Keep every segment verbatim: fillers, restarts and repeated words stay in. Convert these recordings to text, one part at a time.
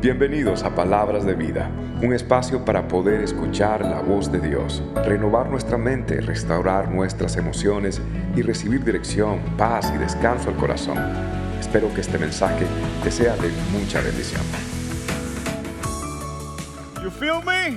Bienvenidos a Palabras de Vida, un espacio para poder escuchar la voz de Dios, renovar nuestra mente, restaurar nuestras emociones y recibir dirección, paz y descanso al corazón. Espero que este mensaje te sea de mucha bendición. You feel me?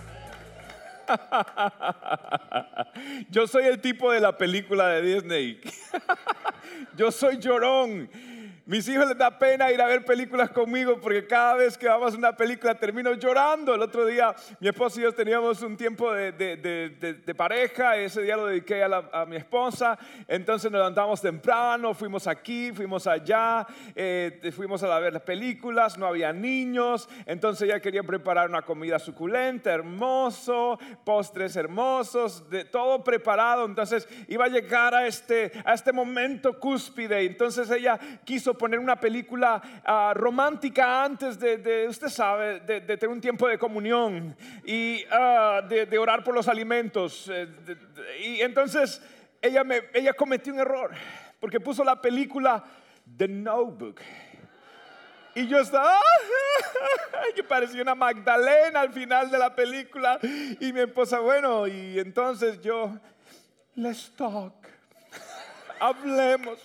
Yo soy el tipo de la película de Disney. Yo soy llorón. Mis hijos les da pena ir a ver películas conmigo porque cada vez que vamos a una película termino llorando. El otro día mi esposo y yo teníamos un tiempo de, de, de, de, de pareja. Ese día lo dediqué a, la, a mi esposa. Entonces nos levantamos temprano, fuimos aquí, fuimos allá, eh, fuimos a ver las películas, no había niños. Entonces ella quería preparar una comida suculenta, hermoso, postres hermosos, de, todo preparado. Entonces iba a llegar a este, a este momento cúspide. Entonces ella quiso poner una película uh, romántica antes de, de usted sabe, de, de tener un tiempo de comunión y uh, de, de orar por los alimentos. Eh, de, de, y entonces ella, me, ella cometió un error porque puso la película The Notebook. Y yo estaba, que parecía una Magdalena al final de la película. Y mi esposa, bueno, y entonces yo, let's talk, hablemos.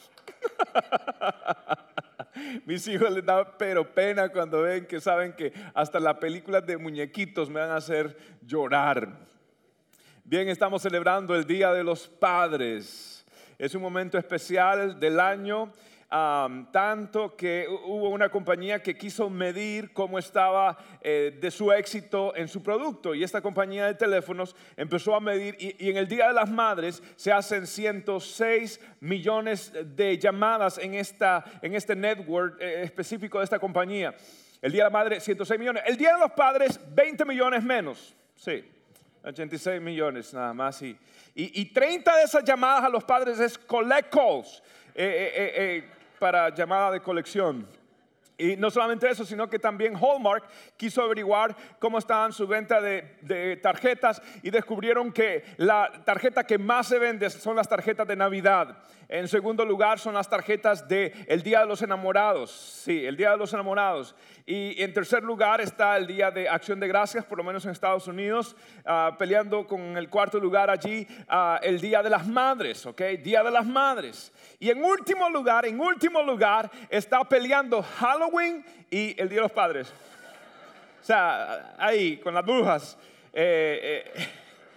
Mis hijos les da pero pena cuando ven que saben que hasta las películas de muñequitos me van a hacer llorar. Bien, estamos celebrando el Día de los Padres. Es un momento especial del año. Um, tanto que hubo una compañía que quiso medir cómo estaba eh, de su éxito en su producto, y esta compañía de teléfonos empezó a medir y, y en el Día de las Madres se hacen ciento seis millones de llamadas en, esta, en este network eh, específico de esta compañía. El Día de la Madre ciento seis millones, el Día de los Padres veinte millones menos, sí, ochenta y seis millones nada más, y, y, y treinta de esas llamadas a los padres es collect calls, eh, eh, eh, eh, para llamada de colección. Y no solamente eso, sino que también Hallmark quiso averiguar cómo estaban su venta de, de tarjetas y descubrieron que la tarjeta que más se vende son las tarjetas de Navidad. En segundo lugar son las tarjetas del Día de los Enamorados. Sí, el Día de los Enamorados. Y en tercer lugar está el Día de Acción de Gracias, por lo menos en Estados Unidos, uh, peleando con el cuarto lugar allí, uh, el Día de las Madres, ¿ok? Día de las Madres. Y en último lugar, en último lugar está peleando Halloween y el Día de los Padres. O sea, ahí, con las brujas. Eh, eh.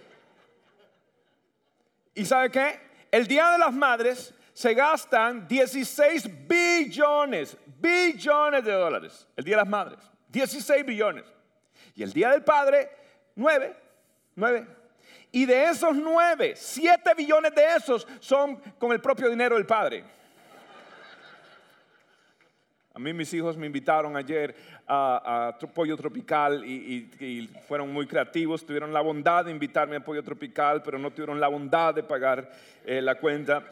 ¿Y sabe qué? El Día de las Madres se gastan dieciséis billones, billones de dólares. El Día de las Madres, dieciséis billones. Y el Día del Padre, nueve, nueve. Y de esos nueve, siete billones de esos son con el propio dinero del padre. A mí mis hijos me invitaron ayer a, a Pollo Tropical y, y, y fueron muy creativos. Tuvieron la bondad de invitarme a Pollo Tropical, pero no tuvieron la bondad de pagar eh, la cuenta.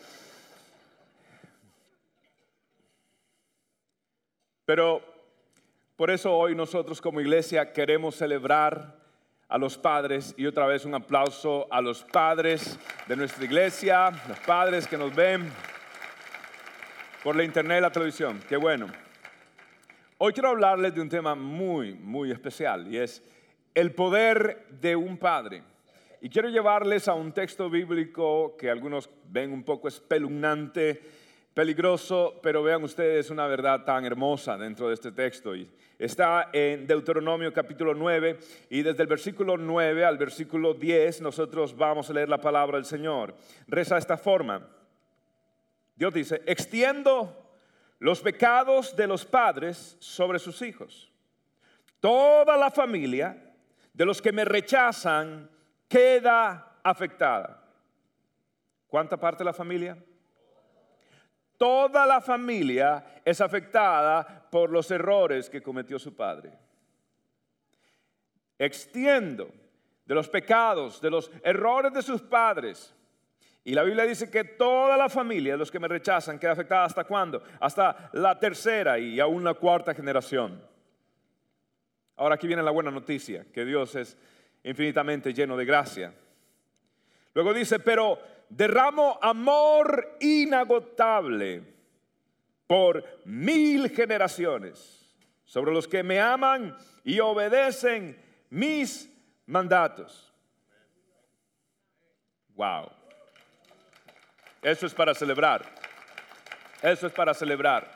Pero por eso hoy nosotros como iglesia queremos celebrar a los padres, y otra vez un aplauso a los padres de nuestra iglesia, los padres que nos ven por la internet y la televisión. Qué bueno. Hoy quiero hablarles de un tema muy, muy especial, y es el poder de un padre. Y quiero llevarles a un texto bíblico que algunos ven un poco espeluznante, peligroso, pero vean ustedes una verdad tan hermosa dentro de este texto. Y está en Deuteronomio capítulo nueve, y desde el versículo nueve al versículo diez nosotros vamos a leer la palabra del Señor. Reza de esta forma. Dios dice: extiendo los pecados de los padres sobre sus hijos. Toda la familia de los que me rechazan queda afectada. ¿Cuánta parte de la familia? Toda la familia es afectada por los errores que cometió su padre. Extiendo de los pecados, de los errores de sus padres. Y la Biblia dice que toda la familia de los que me rechazan queda afectada. ¿Hasta cuándo? Hasta la tercera y aún la cuarta generación. Ahora aquí viene la buena noticia, que Dios es infinitamente lleno de gracia. Luego dice, pero derramo amor inagotable por mil generaciones sobre los que me aman y obedecen mis mandatos. Wow. Eso es para celebrar. Eso es para celebrar.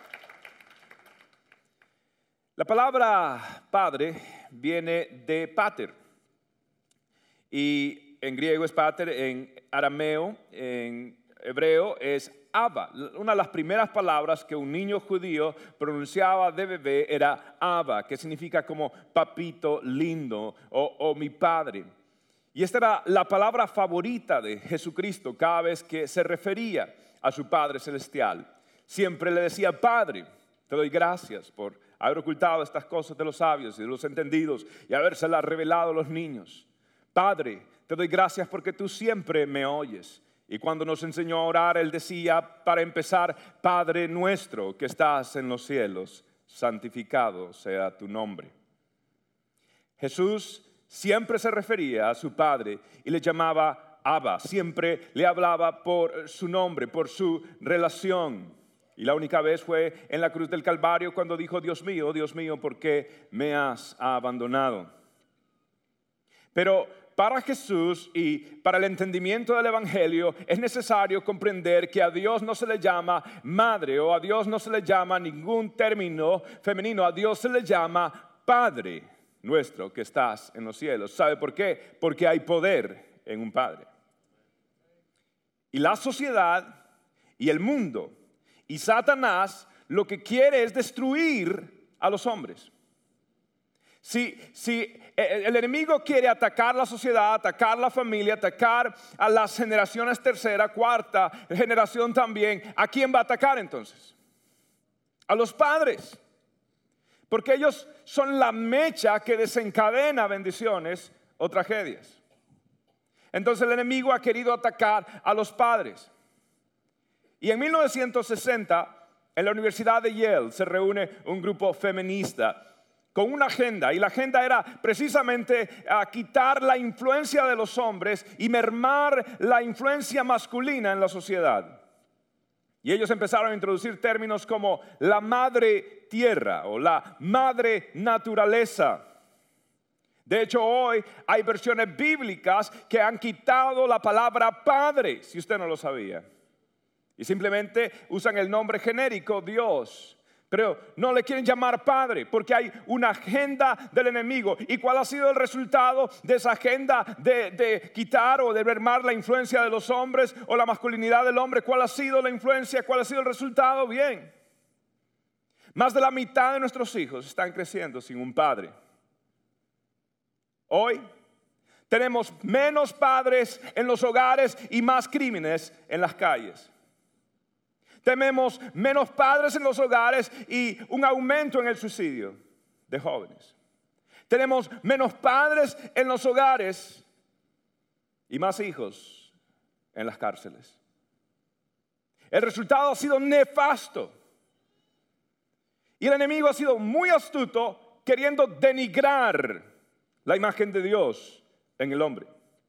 La palabra padre viene de pater. Y en griego es pater, en arameo, en hebreo es Abba. Una de las primeras palabras que un niño judío pronunciaba de bebé era Abba, que significa como papito lindo o, o mi padre. Y esta era la palabra favorita de Jesucristo cada vez que se refería a su Padre Celestial. Siempre le decía, Padre, te doy gracias por haber ocultado estas cosas de los sabios y de los entendidos y habérselas revelado a los niños. Padre, te doy gracias porque tú siempre me oyes. Y cuando nos enseñó a orar, Él decía, para empezar, Padre nuestro que estás en los cielos, santificado sea tu nombre. Jesús siempre se refería a su Padre y le llamaba Abba. Siempre le hablaba por su nombre, por su relación. Y la única vez fue en la cruz del Calvario cuando dijo, Dios mío, Dios mío, ¿por qué me has abandonado? Pero para Jesús y para el entendimiento del Evangelio es necesario comprender que a Dios no se le llama madre o a Dios no se le llama ningún término femenino, a Dios se le llama Padre nuestro que estás en los cielos. ¿Sabe por qué? Porque hay poder en un Padre. Y la sociedad y el mundo y Satanás lo que quiere es destruir a los hombres. Si, si el enemigo quiere atacar la sociedad, atacar la familia, atacar a las generaciones tercera, cuarta generación también, ¿a quién va a atacar entonces? A los padres. Porque ellos son la mecha que desencadena bendiciones o tragedias. Entonces el enemigo ha querido atacar a los padres. Y en mil novecientos sesenta, en la Universidad de Yale, se reúne un grupo feminista con una agenda, y la agenda era precisamente a quitar la influencia de los hombres y mermar la influencia masculina en la sociedad. Y ellos empezaron a introducir términos como la madre tierra o la madre naturaleza. De hecho, hoy hay versiones bíblicas que han quitado la palabra padre, si usted no lo sabía, y simplemente usan el nombre genérico Dios. Pero no le quieren llamar padre porque hay una agenda del enemigo. ¿Y cuál ha sido el resultado de esa agenda de, de quitar o de mermar la influencia de los hombres o la masculinidad del hombre? ¿Cuál ha sido la influencia? ¿Cuál ha sido el resultado? Bien, más de la mitad de nuestros hijos están creciendo sin un padre. Hoy tenemos menos padres en los hogares y más crímenes en las calles. Tenemos menos padres en los hogares y un aumento en el suicidio de jóvenes. Tenemos menos padres en los hogares y más hijos en las cárceles. El resultado ha sido nefasto. Y el enemigo ha sido muy astuto queriendo denigrar la imagen de Dios en el hombre.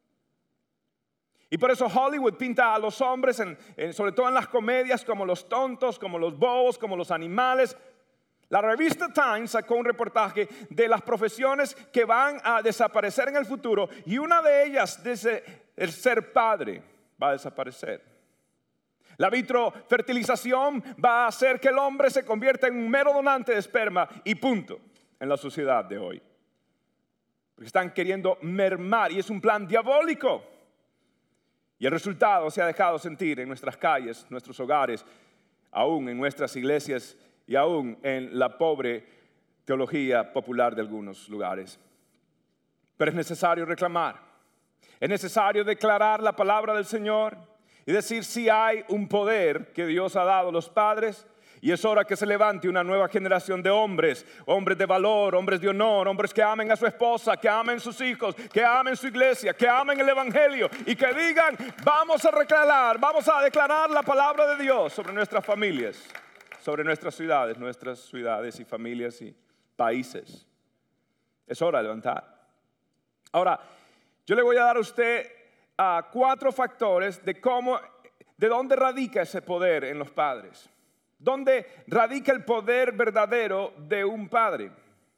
Y por eso Hollywood pinta a los hombres, en, en, sobre todo en las comedias, como los tontos, como los bobos, como los animales. La revista Time sacó un reportaje de las profesiones que van a desaparecer en el futuro. Y una de ellas dice, el ser padre va a desaparecer. La vitrofertilización va a hacer que el hombre se convierta en un mero donante de esperma y punto en la sociedad de hoy. Porque están queriendo mermar y es un plan diabólico. Y el resultado se ha dejado sentir en nuestras calles, nuestros hogares, aún en nuestras iglesias y aún en la pobre teología popular de algunos lugares. Pero es necesario reclamar, es necesario declarar la palabra del Señor y decir si hay un poder que Dios ha dado a los padres. Y es hora que se levante una nueva generación de hombres, hombres de valor, hombres de honor, hombres que amen a su esposa, que amen sus hijos, que amen su iglesia, que amen el evangelio y que digan, vamos a declarar, vamos a declarar la palabra de Dios sobre nuestras familias, sobre nuestras ciudades, nuestras ciudades y familias y países. Es hora de levantar. Ahora, yo le voy a dar a usted uh, cuatro factores de cómo, de dónde radica ese poder en los padres. ¿Dónde radica el poder verdadero de un padre?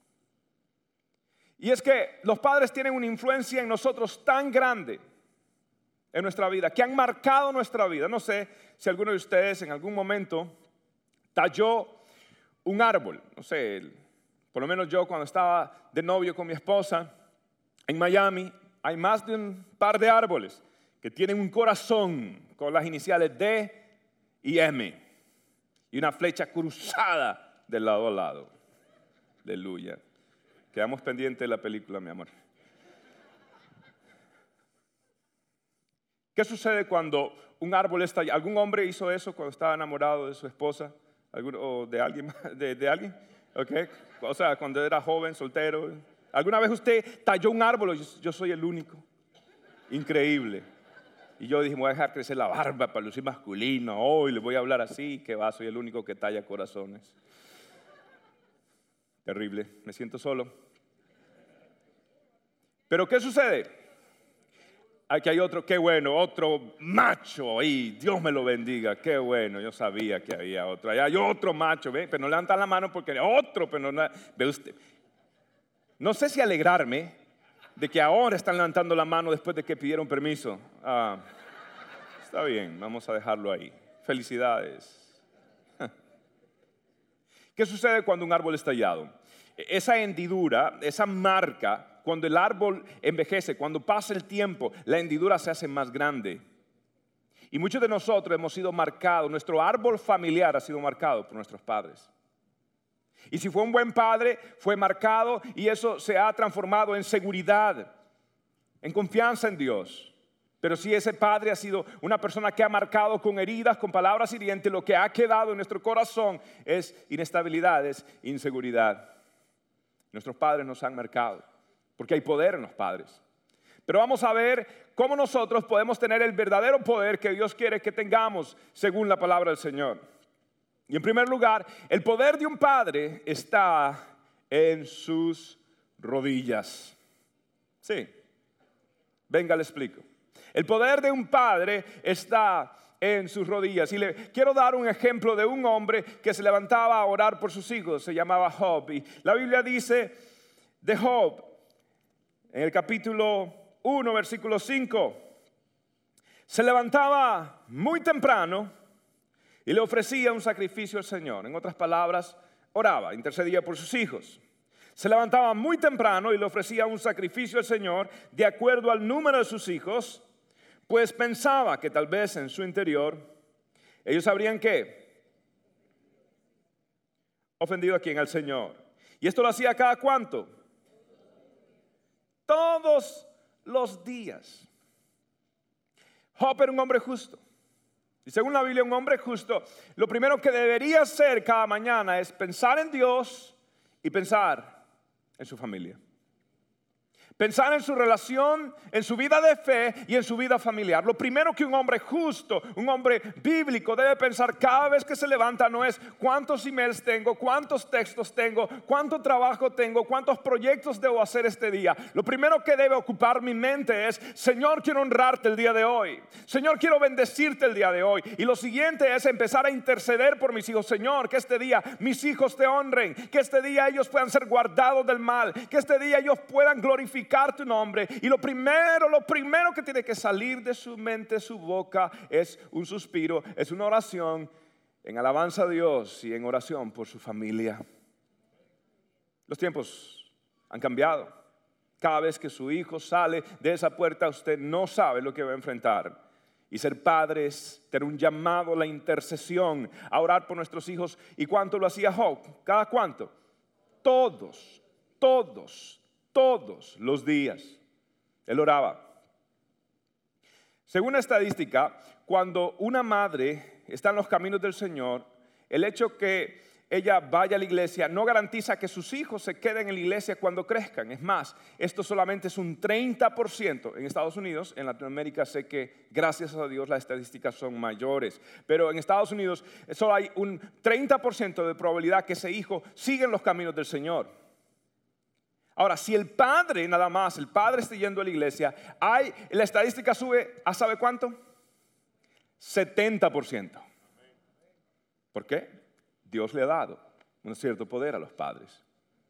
Y es que los padres tienen una influencia en nosotros tan grande en nuestra vida, que han marcado nuestra vida. No sé si alguno de ustedes en algún momento talló un árbol. No sé, por lo menos yo cuando estaba de novio con mi esposa en Miami, hay más de un par de árboles que tienen un corazón con las iniciales D y M y una flecha cruzada de lado a lado. Aleluya. Quedamos pendientes de la película, mi amor. ¿Qué sucede cuando un árbol está allá? ¿Algún hombre hizo eso cuando estaba enamorado de su esposa? ¿Alguno, o de alguien? ¿De, de alguien? Okay. O sea, cuando era joven, soltero. ¿Alguna vez usted talló un árbol? Yo, yo soy el único. Increíble. Y yo dije, me voy a dejar crecer la barba para lucir masculino. Hoy le voy a hablar así, que va, soy el único que talla corazones. Terrible, me siento solo. Pero ¿qué sucede? Aquí hay otro, qué bueno, otro macho ahí, Dios me lo bendiga, qué bueno, yo sabía que había otro, allá hay otro macho, ¿ve? Pero no levantan la mano porque otro, pero no, ve usted. No sé si alegrarme de que ahora están levantando la mano después de que pidieron permiso. Ah, está bien, vamos a dejarlo ahí. Felicidades. ¿Qué sucede cuando un árbol es tallado? Esa hendidura, esa marca, cuando el árbol envejece, cuando pasa el tiempo, la hendidura se hace más grande. Y muchos de nosotros hemos sido marcados, nuestro árbol familiar ha sido marcado por nuestros padres. Y si fue un buen padre, fue marcado y eso se ha transformado en seguridad, en confianza en Dios. Pero si ese padre ha sido una persona que ha marcado con heridas, con palabras hirientes, lo que ha quedado en nuestro corazón es inestabilidad, es inseguridad. Nuestros padres nos han marcado, porque hay poder en los padres. Pero vamos a ver cómo nosotros podemos tener el verdadero poder que Dios quiere que tengamos según la palabra del Señor. Y en primer lugar, el poder de un padre está en sus rodillas. Sí, venga, le explico. El poder de un padre está en sus rodillas. Y le quiero dar un ejemplo de un hombre que se levantaba a orar por sus hijos. Se llamaba Job. Y la Biblia dice de Job, en el capítulo uno, versículo cinco, se levantaba muy temprano y le ofrecía un sacrificio al Señor. En otras palabras, oraba, intercedía por sus hijos. Se levantaba muy temprano y le ofrecía un sacrificio al Señor de acuerdo al número de sus hijos, pues pensaba que tal vez en su interior ellos habrían ¿qué? Ofendido a quién, al Señor. Y esto lo hacía cada cuánto. Todos los días. Job era un hombre justo. Y según la Biblia, un hombre justo, lo primero que debería hacer cada mañana es pensar en Dios y pensar en su familia. Pensar en su relación, en su vida de fe y en su vida familiar. Lo primero que un hombre justo, un hombre bíblico debe pensar cada vez que se levanta no es cuántos emails tengo, cuántos textos tengo, cuánto trabajo tengo, cuántos proyectos debo hacer este día. Lo primero que debe ocupar mi mente es, Señor, quiero honrarte el día de hoy. Señor, quiero bendecirte el día de hoy. Y lo siguiente es empezar a interceder por mis hijos. Señor, que este día mis hijos te honren, que este día ellos puedan ser guardados del mal, que este día ellos puedan glorificar tu nombre. Y lo primero, lo primero que tiene que salir de su mente, su boca, es un suspiro, es una oración en alabanza a Dios y en oración por su familia. Los tiempos han cambiado. Cada vez que su hijo sale de esa puerta, usted no sabe lo que va a enfrentar. Y ser padre es tener un llamado a la intercesión, a orar por nuestros hijos. ¿Y cuánto lo hacía Job? ¿Cada cuánto? Todos, todos Todos los días él oraba. Según la estadística, cuando una madre está en los caminos del Señor, el hecho que ella vaya a la iglesia no garantiza que sus hijos se queden en la iglesia cuando crezcan. Es más, esto solamente es un treinta por ciento en Estados Unidos. En Latinoamérica sé que gracias a Dios las estadísticas son mayores, pero en Estados Unidos solo hay un treinta por ciento de probabilidad que ese hijo siga en los caminos del Señor. Ahora, si el padre nada más, el padre está yendo a la iglesia, hay, la estadística sube a ¿sabe cuánto? setenta por ciento. ¿Por qué? Dios le ha dado un cierto poder a los padres.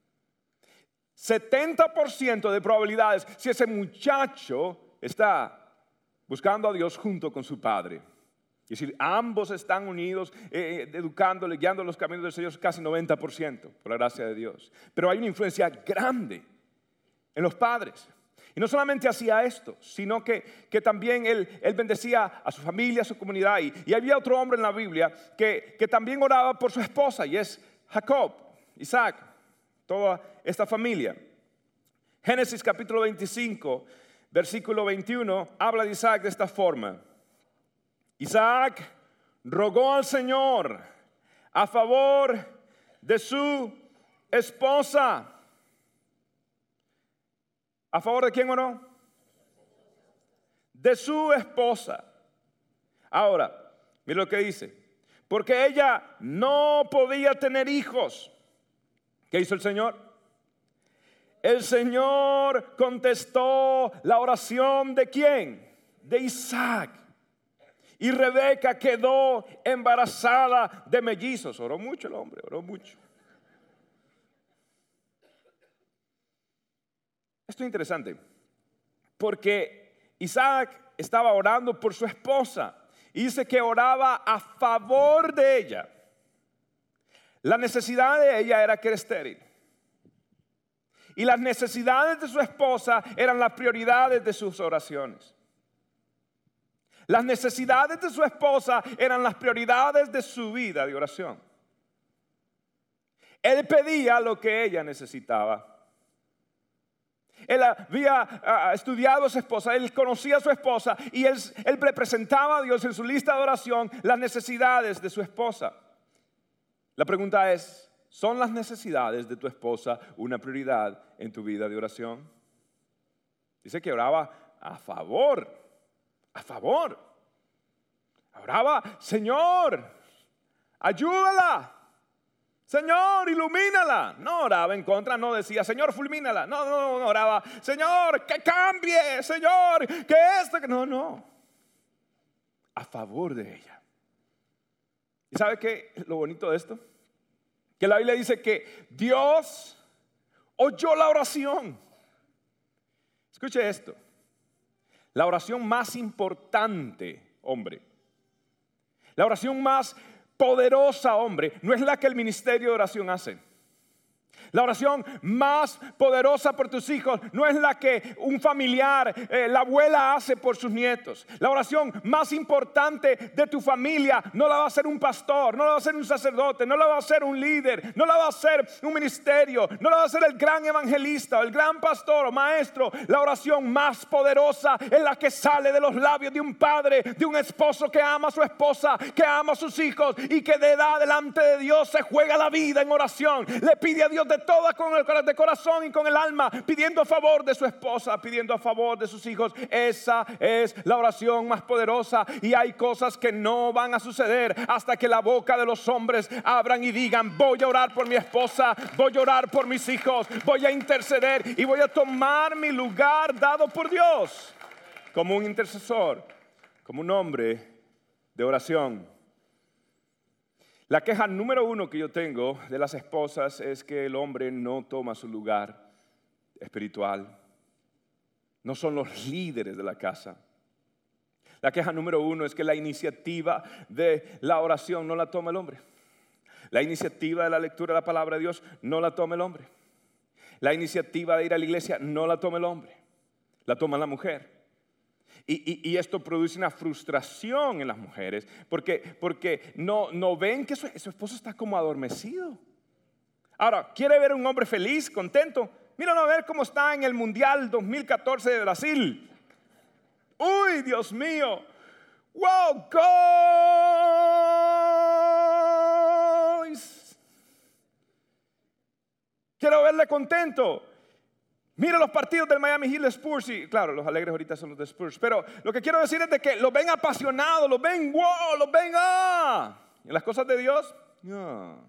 setenta por ciento de probabilidades si ese muchacho está buscando a Dios junto con su padre. Es decir, ambos están unidos, eh, educándole, guiando los caminos del Señor, casi noventa por ciento, por la gracia de Dios. Pero hay una influencia grande en los padres. Y no solamente hacía esto, sino que, que también él, él bendecía a su familia, a su comunidad. Y, y había otro hombre en la Biblia que, que también oraba por su esposa, y es Jacob, Isaac, toda esta familia. Génesis capítulo veinticinco, versículo veintiuno, habla de Isaac de esta forma. Isaac rogó al Señor a favor de su esposa. ¿A favor de quién oró? De su esposa. Ahora, mira lo que dice. Porque ella no podía tener hijos. ¿Qué hizo el Señor? El Señor contestó la oración ¿de quién? De Isaac. Y Rebeca quedó embarazada de mellizos. Oró mucho el hombre, oró mucho. Esto es interesante, porque Isaac estaba orando por su esposa y dice que oraba a favor de ella. La necesidad de ella era que era estéril. Y las necesidades de su esposa eran las prioridades de sus oraciones. Las necesidades de su esposa eran las prioridades de su vida de oración. Él pedía lo que ella necesitaba. Él había uh, estudiado a su esposa, él conocía a su esposa y él, él le presentaba a Dios en su lista de oración las necesidades de su esposa. La pregunta es, ¿son las necesidades de tu esposa una prioridad en tu vida de oración? Dice que oraba a favor, a favor. Oraba, Señor, ayúdala. Señor, ilumínala. No oraba en contra, no decía, Señor, fulmínala. No, no, no, oraba, Señor, que cambie, Señor, que esto, que no, no. A favor de ella. ¿Y sabe qué es lo bonito de esto? Que la Biblia dice que Dios oyó la oración. Escuche esto. La oración más importante, hombre. La oración más poderosa, hombre, no es la que el ministerio de oración hace. La oración más poderosa por tus hijos no es la que un familiar, eh, la abuela hace por sus nietos. La oración más importante de tu familia no la va a hacer un pastor, no la va a hacer un sacerdote, no la va a hacer un líder, no la va a hacer un ministerio, no la va a hacer el gran evangelista o el gran pastor o maestro. La oración más poderosa es la que sale de los labios de un padre, de un esposo que ama a su esposa, que ama a sus hijos y que de edad delante de Dios se juega la vida en oración. Le pide a Dios de toda con el de corazón y con el alma, pidiendo a favor de su esposa, pidiendo a favor de sus hijos. Esa es la oración más poderosa. Y hay cosas que no van a suceder hasta que la boca de los hombres abran y digan, voy a orar por mi esposa, voy a orar por mis hijos, voy a interceder y voy a tomar mi lugar dado por Dios como un intercesor, como un hombre de oración. La queja número uno que yo tengo de las esposas es que el hombre no toma su lugar espiritual. No son los líderes de la casa. La queja número uno es que la iniciativa de la oración no la toma el hombre. La iniciativa de la lectura de la palabra de Dios no la toma el hombre. La iniciativa de ir a la iglesia no la toma el hombre. La toma la mujer. Y, y, y esto produce una frustración en las mujeres porque, porque no, no ven que su, su esposo está como adormecido. Ahora, ¿quiere ver a un hombre feliz, contento? Míralo a ver cómo está en el Mundial dos mil catorce de Brasil. ¡Uy, Dios mío! ¡Wow! ¡Goles! Quiero verle contento. Mira los partidos del Miami Heat Spurs y claro, los alegres ahorita son los de Spurs, pero lo que quiero decir es de que los ven apasionados, los ven wow, los ven ah. En las cosas de Dios, no.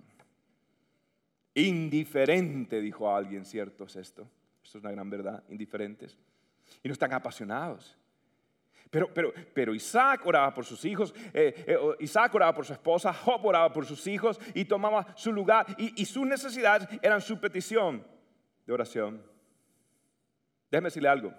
Indiferente, dijo alguien, ¿cierto es esto? Esto es una gran verdad, indiferentes. Y no están apasionados. Pero, pero, pero Isaac oraba por sus hijos, eh, eh, Isaac oraba por su esposa, Job oraba por sus hijos y tomaba su lugar. Y, y sus necesidades eran su petición de oración. Déjeme decirle algo.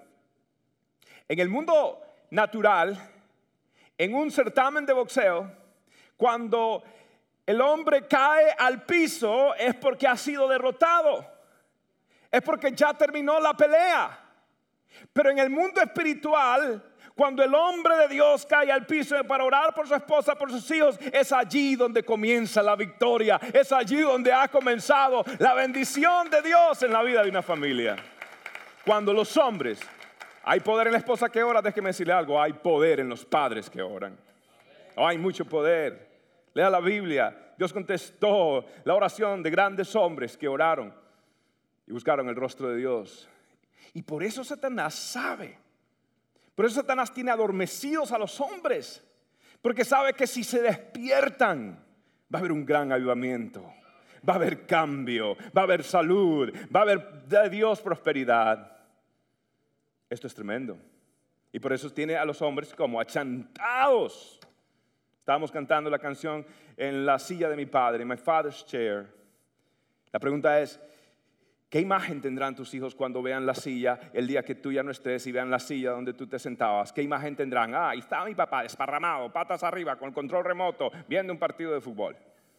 En el mundo natural, en un certamen de boxeo, cuando el hombre cae al piso es porque ha sido derrotado. Es porque ya terminó la pelea. Pero en el mundo espiritual, cuando el hombre de Dios cae al piso para orar por su esposa, por sus hijos, es allí donde comienza la victoria. Es allí donde ha comenzado la bendición de Dios en la vida de una familia. Cuando los hombres, hay poder en la esposa que ora, déjeme decirle algo, hay poder en los padres que oran. Oh, hay mucho poder. Lea la Biblia. Dios contestó la oración de grandes hombres que oraron y buscaron el rostro de Dios. Y por eso Satanás sabe. Por eso Satanás tiene adormecidos a los hombres, porque sabe que si se despiertan va a haber un gran avivamiento, va a haber cambio, va a haber salud, va a haber de Dios prosperidad. Esto es tremendo. Y por eso tiene a los hombres como achantados. Estábamos cantando la canción en la silla de mi padre, My Father's Chair. La pregunta es, ¿qué imagen tendrán tus hijos cuando vean la silla el día que tú ya no estés y vean la silla donde tú te sentabas? ¿Qué imagen tendrán? Ah, ahí estaba mi papá desparramado, patas arriba, con el control remoto, viendo un partido de fútbol.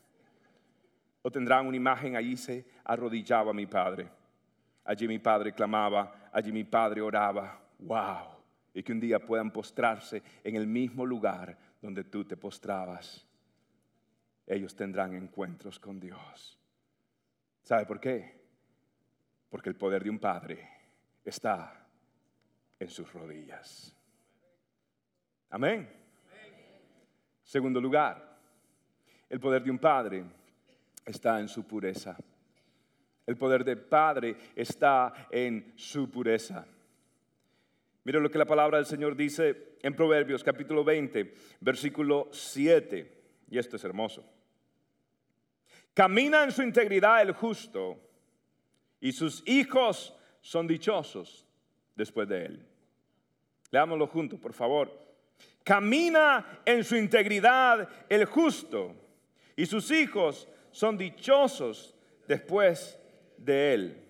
O tendrán una imagen, allí se arrodillaba mi padre. Allí mi padre clamaba, allí mi padre oraba. ¡Wow! Y que un día puedan postrarse en el mismo lugar donde tú te postrabas. Ellos tendrán encuentros con Dios. ¿Sabe por qué? Porque el poder de un padre está en sus rodillas. Amén. Segundo lugar, el poder de un padre está en su pureza. El poder del padre está en su pureza. Mire lo que la palabra del Señor dice en Proverbios capítulo veinte, versículo siete. Y esto es hermoso. Camina en su integridad el justo, y sus hijos son dichosos después de él. Leámoslo juntos, por favor. Camina en su integridad el justo, y sus hijos son dichosos después de él.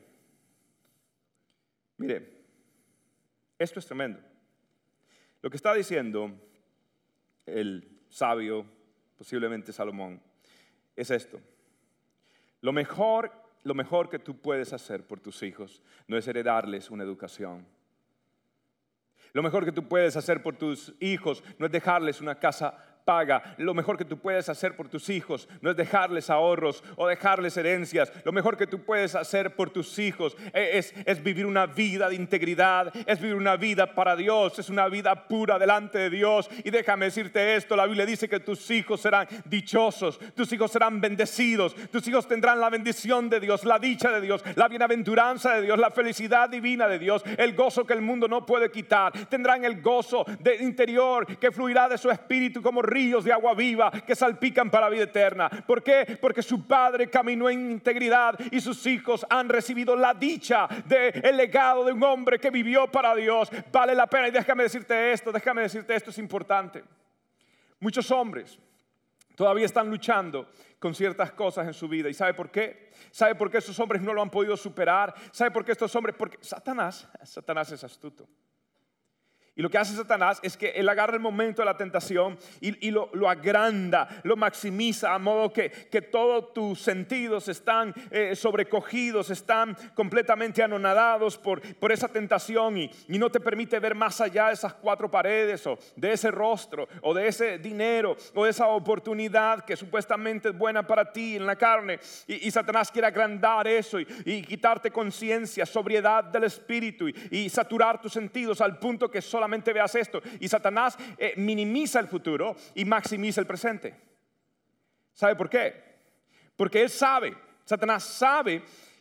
Mire, esto es tremendo. Lo que está diciendo el sabio, posiblemente Salomón, es esto. Lo mejor Lo mejor que tú puedes hacer por tus hijos no es heredarles una educación. Lo mejor que tú puedes hacer por tus hijos no es dejarles una casa paga. Lo mejor que tú puedes hacer por tus hijos no es dejarles ahorros o dejarles herencias. Lo mejor que tú puedes hacer por tus hijos es, es vivir una vida de integridad, es vivir una vida para Dios, es una vida pura delante de Dios. Y déjame decirte esto, la Biblia dice que tus hijos serán dichosos, tus hijos serán bendecidos, tus hijos tendrán la bendición de Dios, la dicha de Dios, la bienaventuranza de Dios, la felicidad divina de Dios, el gozo que el mundo no puede quitar. Tendrán el gozo del interior que fluirá de su espíritu como ríos de agua viva que salpican para la vida eterna. ¿Por qué? Porque su padre caminó en integridad y sus hijos han recibido la dicha del legado de un hombre que vivió para Dios. Vale la pena. Y déjame decirte esto, déjame decirte esto, es importante. Muchos hombres todavía están luchando con ciertas cosas en su vida. ¿Y sabe por qué? ¿Sabe por qué esos hombres no lo han podido superar? ¿Sabe por qué estos hombres? Porque Satanás, Satanás es astuto. Y lo que hace Satanás es que él agarra el momento de la tentación y, y lo, lo agranda, lo maximiza, a modo que, que todos tus sentidos están eh, sobrecogidos, están completamente anonadados por, por esa tentación y, y no te permite ver más allá de esas cuatro paredes o de ese rostro o de ese dinero o de esa oportunidad que supuestamente es buena para ti en la carne. Y, y Satanás quiere agrandar eso y, y quitarte conciencia, sobriedad del espíritu y, y saturar tus sentidos al punto que solamente veas esto. Y Satanás eh, minimiza el futuro y maximiza el presente. ¿Sabe por qué? Porque él sabe, Satanás sabe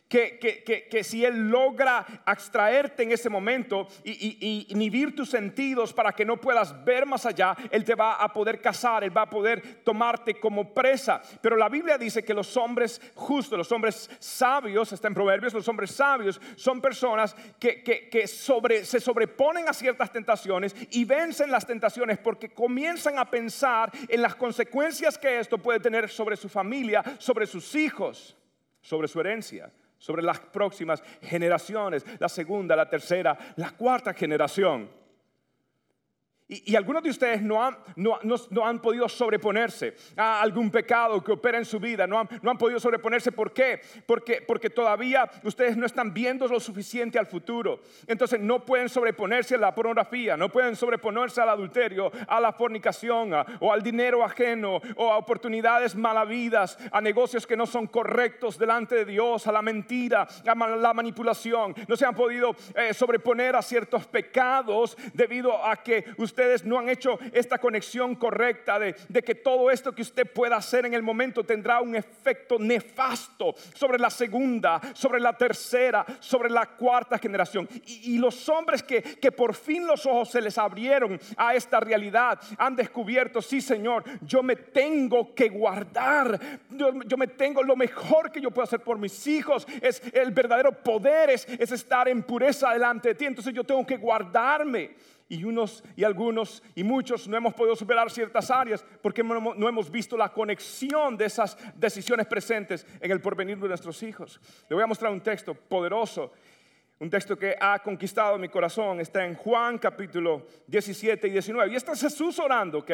que, que, que, que si Él logra abstraerte en ese momento y, y, y inhibir tus sentidos para que no puedas ver más allá, Él te va a poder cazar, Él va a poder tomarte como presa. Pero la Biblia dice que los hombres justos, los hombres sabios, está en Proverbios, los hombres sabios son personas que, que, que sobre, se sobreponen a ciertas tentaciones y vencen las tentaciones porque comienzan a pensar en las consecuencias que esto puede tener sobre su familia, sobre sus hijos, sobre su herencia, sobre las próximas generaciones, la segunda, la tercera, la cuarta generación. Y, y algunos de ustedes no han, no, no, no han podido sobreponerse a algún pecado que opera en su vida. No han, no han podido sobreponerse. ¿Por qué? Porque, porque todavía ustedes no están viendo lo suficiente al futuro. Entonces no pueden sobreponerse a la pornografía, no pueden sobreponerse al adulterio, a la fornicación, a, o al dinero ajeno, o a oportunidades malavidas, a negocios que no son correctos delante de Dios, a la mentira, a la manipulación. No se han podido eh, sobreponer a ciertos pecados debido a que ustedes Ustedes no han hecho esta conexión correcta de, de que todo esto que usted pueda hacer en el momento tendrá un efecto nefasto sobre la segunda, sobre la tercera, sobre la cuarta generación. Y, y los hombres que, que por fin los ojos se les abrieron a esta realidad han descubierto, sí Señor, yo me tengo que guardar, yo, yo me tengo, lo mejor que yo puedo hacer por mis hijos es el verdadero poder, es, es estar en pureza delante de ti. Entonces yo tengo que guardarme. Y unos y algunos y muchos no hemos podido superar ciertas áreas porque no, no hemos visto la conexión de esas decisiones presentes en el porvenir de nuestros hijos. Le voy a mostrar un texto poderoso, un texto que ha conquistado mi corazón. Está en Juan capítulo diecisiete y diecinueve. Y está Jesús orando, ¿ok?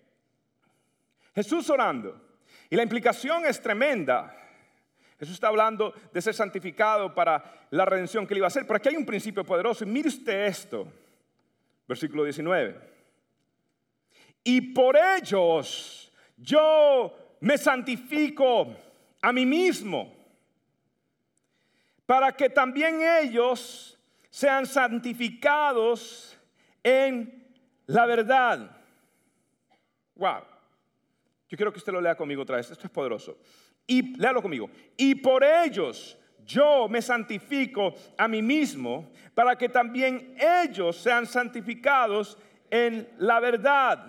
Jesús orando. Y la implicación es tremenda. Jesús está hablando de ser santificado para la redención que Él iba a hacer. Pero aquí hay un principio poderoso. Y mire usted esto. Versículo diecinueve. Y por ellos yo me santifico a mí mismo, para que también ellos sean santificados en la verdad. Wow. Yo quiero que usted lo lea conmigo otra vez. Esto es poderoso. Y léalo conmigo. Y por ellos yo me santifico a mí mismo, para que también ellos sean santificados en la verdad.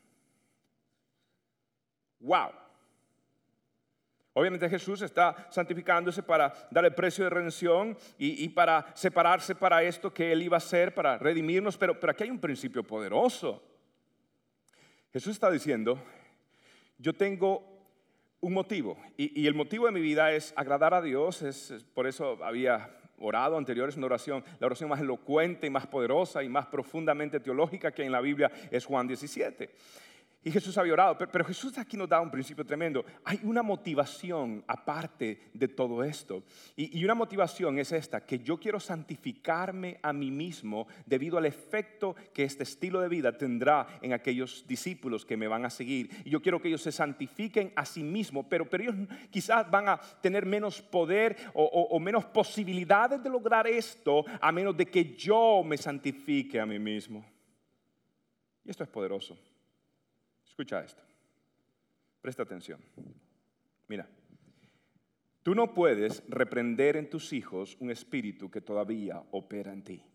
Wow. Obviamente Jesús está santificándose para dar el precio de redención y, y para separarse para esto que Él iba a hacer, para redimirnos. Pero, pero aquí hay un principio poderoso. Jesús está diciendo, yo tengo un motivo, y, y el motivo de mi vida es agradar a Dios. Es, es, por eso había orado anterior, es una oración, la oración más elocuente y más poderosa y más profundamente teológica que hay en la Biblia es Juan diecisiete. Y Jesús había orado, pero, pero Jesús aquí nos da un principio tremendo. Hay una motivación aparte de todo esto. Y, y una motivación es esta, que yo quiero santificarme a mí mismo debido al efecto que este estilo de vida tendrá en aquellos discípulos que me van a seguir. Y yo quiero que ellos se santifiquen a sí mismos, pero, pero ellos quizás van a tener menos poder o, o, o menos posibilidades de lograr esto a menos de que yo me santifique a mí mismo. Y esto es poderoso. Escucha esto, presta atención. Mira, tú no puedes reprender en tus hijos un espíritu que todavía opera en ti.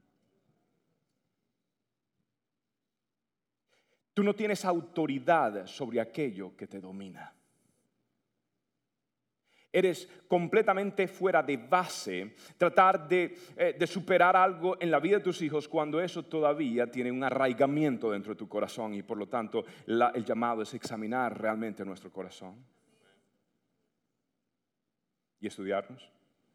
Tú no tienes autoridad sobre aquello que te domina. Eres completamente fuera de base tratar de, eh, de superar algo en la vida de tus hijos cuando eso todavía tiene un arraigamiento dentro de tu corazón y por lo tanto la, el llamado es examinar realmente nuestro corazón y estudiarnos,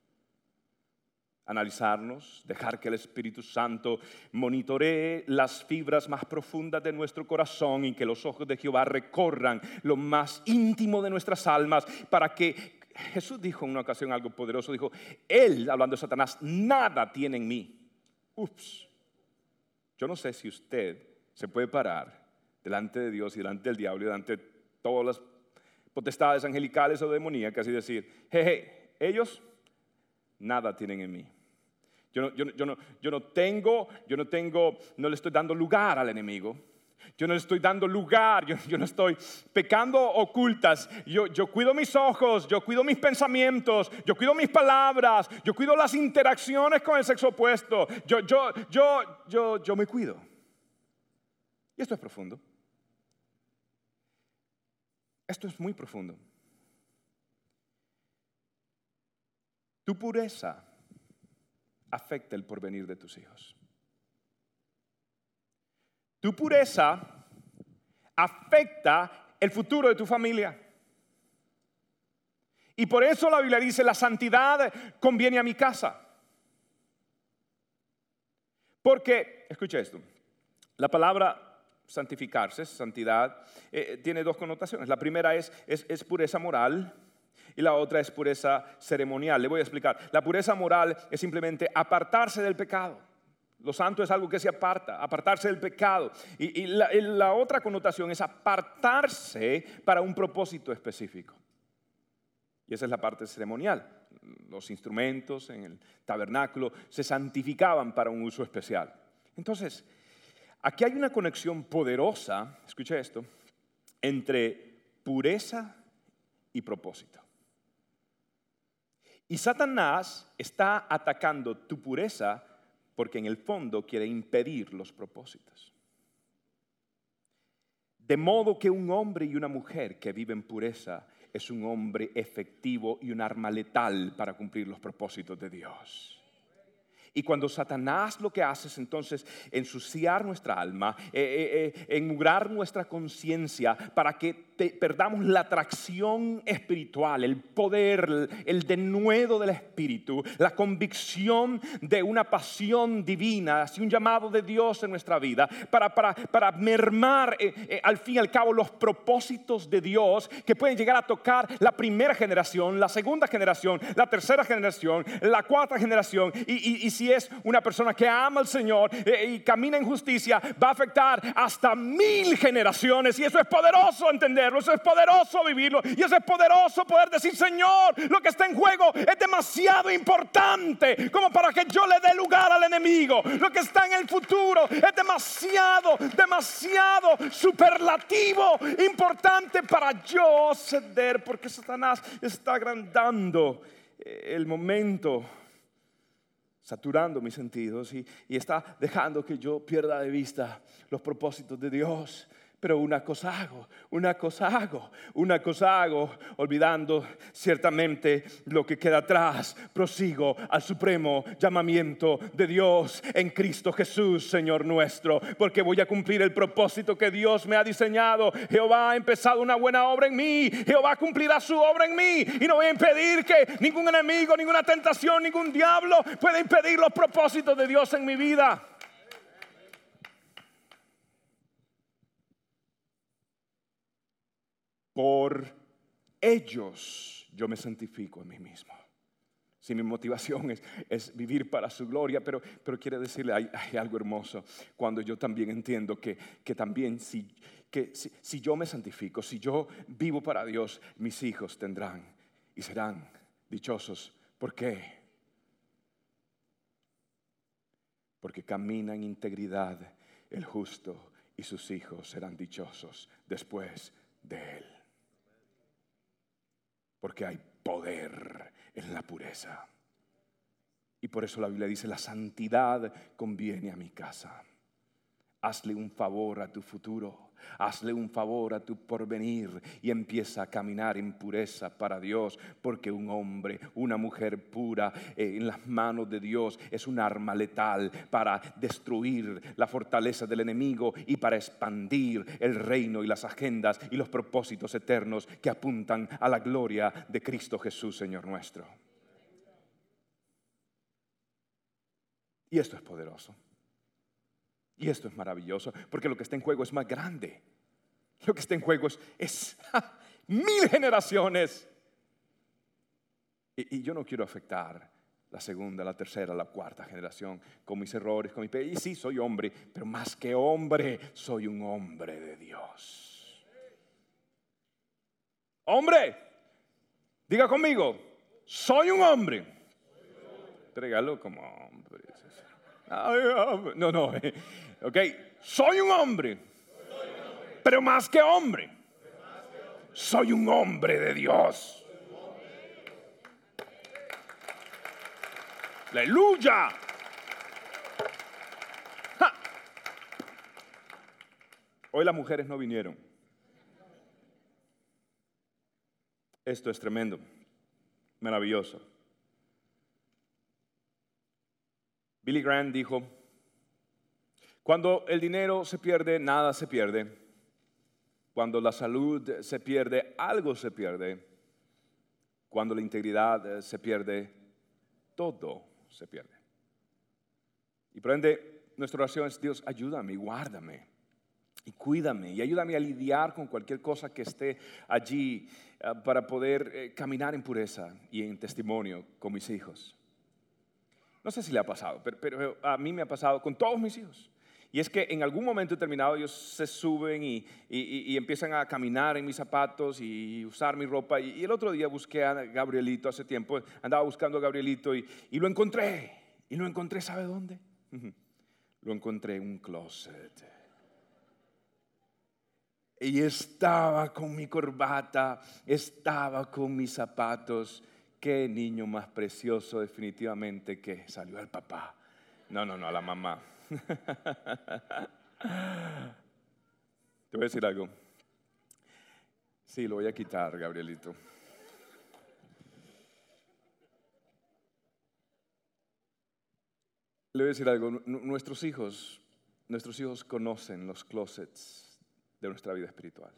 analizarnos, dejar que el Espíritu Santo monitoree las fibras más profundas de nuestro corazón y que los ojos de Jehová recorran lo más íntimo de nuestras almas para que Jesús dijo en una ocasión algo poderoso, dijo, Él, hablando de Satanás, nada tiene en mí. Ups, yo no sé si usted se puede parar delante de Dios y delante del diablo y delante de todas las potestades angelicales o demoníacas y decir, jeje, ellos nada tienen en mí. Yo no, yo, no, yo, no, yo no tengo, yo no tengo, no le estoy dando lugar al enemigo. Yo no estoy dando lugar, yo, yo no estoy pecando ocultas. Yo, yo cuido mis ojos, yo cuido mis pensamientos, yo cuido mis palabras, yo cuido las interacciones con el sexo opuesto. Yo, yo, yo, yo, yo me cuido. Y esto es profundo. Esto es muy profundo. Tu pureza afecta el porvenir de tus hijos. Tu pureza afecta el futuro de tu familia. Y por eso la Biblia dice, la santidad conviene a mi casa. Porque, escucha esto, la palabra santificarse, santidad, eh, tiene dos connotaciones. La primera es, es, es pureza moral y la otra es pureza ceremonial. Le voy a explicar. La pureza moral es simplemente apartarse del pecado. Lo santo es algo que se aparta, apartarse del pecado. Y, y la, la otra connotación es apartarse para un propósito específico. Y esa es la parte ceremonial. Los instrumentos en el tabernáculo se santificaban para un uso especial. Entonces, aquí hay una conexión poderosa, escucha esto, entre pureza y propósito. Y Satanás está atacando tu pureza porque en el fondo quiere impedir los propósitos. De modo que un hombre y una mujer que viven en pureza es un hombre efectivo y un arma letal para cumplir los propósitos de Dios. Y cuando Satanás lo que hace es entonces ensuciar nuestra alma, eh, eh, eh, enmugrar nuestra conciencia para que te, perdamos la atracción espiritual, el poder, el, el denuedo del espíritu, la convicción de una pasión divina, así un llamado de Dios en nuestra vida, para, para, para mermar eh, eh, al fin y al cabo los propósitos de Dios que pueden llegar a tocar la primera generación, la segunda generación, la tercera generación, la cuarta generación y, y, y si es una persona que ama al Señor eh, y camina en justicia, va a afectar hasta mil generaciones. Y eso es poderoso entenderlo, eso es poderoso vivirlo, y eso es poderoso poder decir: Señor, lo que está en juego es demasiado importante como para que yo le dé lugar al enemigo. Lo que está en el futuro es demasiado, demasiado superlativo, importante para yo ceder, porque Satanás está agrandando el momento, saturando mis sentidos y, y está dejando que yo pierda de vista los propósitos de Dios. Pero una cosa hago, una cosa hago, una cosa hago, olvidando ciertamente lo que queda atrás, prosigo al supremo llamamiento de Dios en Cristo Jesús, Señor nuestro, porque voy a cumplir el propósito que Dios me ha diseñado. Jehová ha empezado una buena obra en mí, Jehová cumplirá su obra en mí, y no voy a impedir que ningún enemigo, ninguna tentación, ningún diablo pueda impedir los propósitos de Dios en mi vida. Por ellos yo me santifico a mí mismo. Si mi motivación es, es vivir para su gloria, pero, pero quiere decirle, hay, hay algo hermoso cuando yo también entiendo que, que también si, que si, si yo me santifico, si yo vivo para Dios, mis hijos tendrán y serán dichosos. ¿Por qué? Porque camina en integridad el justo y sus hijos serán dichosos después de él. Porque hay poder en la pureza. Y por eso la Biblia dice: la santidad conviene a mi casa. Hazle un favor a tu futuro, hazle un favor a tu porvenir y empieza a caminar en pureza para Dios, porque un hombre, una mujer pura eh, en las manos de Dios es un arma letal para destruir la fortaleza del enemigo y para expandir el reino y las agendas y los propósitos eternos que apuntan a la gloria de Cristo Jesús, Señor nuestro. Y esto es poderoso. Y esto es maravilloso, porque lo que está en juego es más grande. Lo que está en juego es, es ja, mil generaciones. Y, y yo no quiero afectar la segunda, la tercera, la cuarta generación con mis errores, con mis pe- y sí, soy hombre, pero más que hombre, soy un hombre de Dios. Hombre, diga conmigo: soy un hombre. Trégalo como hombre. No, no, ok, soy un hombre pero más que hombre, soy un hombre de Dios. Aleluya. ¡Ja! Hoy las mujeres no vinieron. Esto es tremendo, maravilloso. Billy Graham dijo: cuando el dinero se pierde, nada se pierde. Cuando la salud se pierde, algo se pierde. Cuando la integridad se pierde, todo se pierde. Y por ende, nuestra oración es: Dios, ayúdame y guárdame y cuídame y ayúdame a lidiar con cualquier cosa que esté allí uh, para poder eh, caminar en pureza y en testimonio con mis hijos. No sé si le ha pasado, pero, pero a mí me ha pasado con todos mis hijos. Y es que en algún momento determinado ellos se suben y, y, y empiezan a caminar en mis zapatos y usar mi ropa. Y, y el otro día busqué a Gabrielito, hace tiempo andaba buscando a Gabrielito y, y lo encontré. Y lo encontré, ¿sabe dónde? Lo encontré en un closet. Y estaba con mi corbata, estaba con mis zapatos. Qué niño más precioso, definitivamente, que salió al papá. No, no, no, a la mamá. Te voy a decir algo. Sí, lo voy a quitar, Gabrielito. Le voy a decir algo. Nuestros hijos, nuestros hijos conocen los closets de nuestra vida espiritual.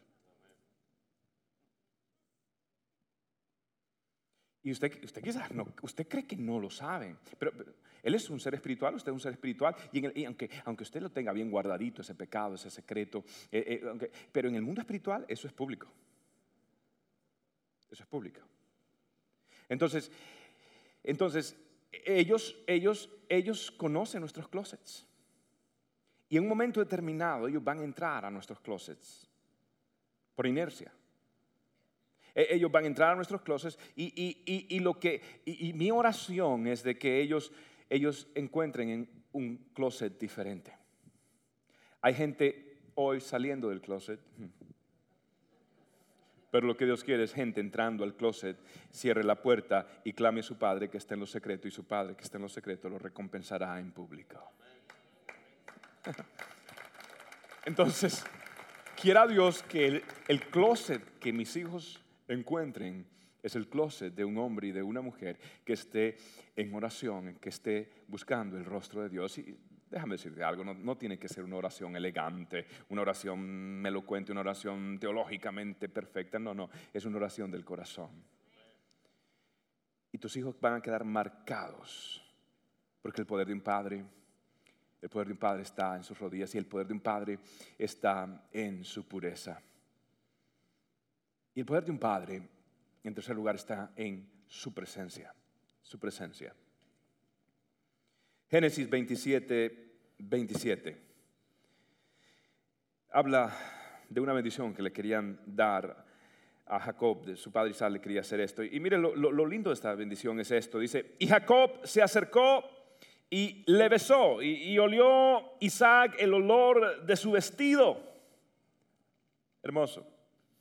Y usted, usted quizás no, usted cree que no lo sabe, pero, pero él es un ser espiritual, usted es un ser espiritual, y, en el, y aunque, aunque usted lo tenga bien guardadito, ese pecado, ese secreto, eh, eh, aunque, pero en el mundo espiritual eso es público. Eso es público. Entonces, entonces ellos, ellos, ellos conocen nuestros closets. Y en un momento determinado ellos van a entrar a nuestros closets por inercia. Ellos van a entrar a nuestros closets y, y, y, y, lo que, y, y mi oración es de que ellos, ellos encuentren en un closet diferente. Hay gente hoy saliendo del closet, pero lo que Dios quiere es gente entrando al closet, cierre la puerta y clame a su Padre que está en lo secreto, y su Padre que está en lo secreto lo recompensará en público. Entonces, quiera Dios que el, el closet que mis hijos encuentren es el closet de un hombre y de una mujer que esté en oración, que esté buscando el rostro de Dios. Y déjame decirte algo, no, no tiene que ser una oración elegante, una oración elocuente, una oración teológicamente perfecta. No, no, es una oración del corazón. Y tus hijos van a quedar marcados, porque el poder de un padre, el poder de un padre está en sus rodillas, y el poder de un padre está en su pureza. Y el poder de un padre, en tercer lugar, está en su presencia, su presencia. Génesis veintisiete, veintisiete. Habla de una bendición que le querían dar a Jacob. De su padre Isaac le quería hacer esto. Y mire, lo, lo, lo lindo de esta bendición es esto. Dice: y Jacob se acercó y le besó, y, y olió Isaac el olor de su vestido. Hermoso.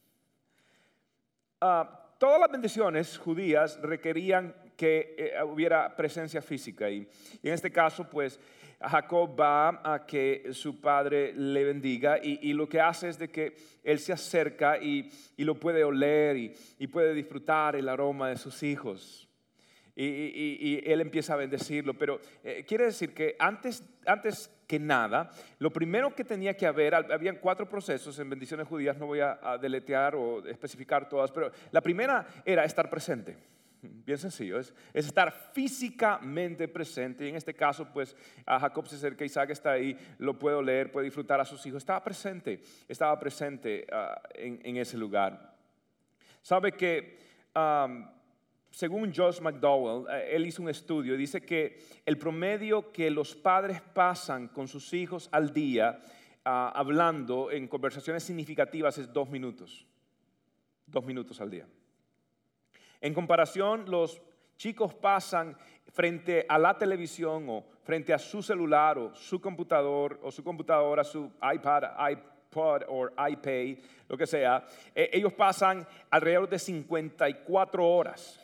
Uh, todas las bendiciones judías requerían que eh, hubiera presencia física, y, y en este caso pues Jacob va a que su padre le bendiga, y, y lo que hace es de que él se acerca y, y lo puede oler y, y puede disfrutar el aroma de sus hijos. Y, y, y él empieza a bendecirlo, pero eh, quiere decir que antes, antes que nada, lo primero que tenía que haber, habían cuatro procesos en bendiciones judías, no voy a, a deletear o especificar todas, pero la primera era estar presente. Bien sencillo, es, es estar físicamente presente. Y en este caso, pues, a Jacob se acerca, Isaac está ahí, lo puede oler, puede disfrutar a sus hijos. Estaba presente, estaba presente uh, en, en ese lugar. Sabe que Um, según Josh McDowell, él hizo un estudio y dice que el promedio que los padres pasan con sus hijos al día uh, hablando en conversaciones significativas es dos minutos. Dos minutos al día. En comparación, los chicos pasan frente a la televisión o frente a su celular o su computador o su computadora, su iPad, iPod o iPay, lo que sea, eh, ellos pasan alrededor de cincuenta y cuatro horas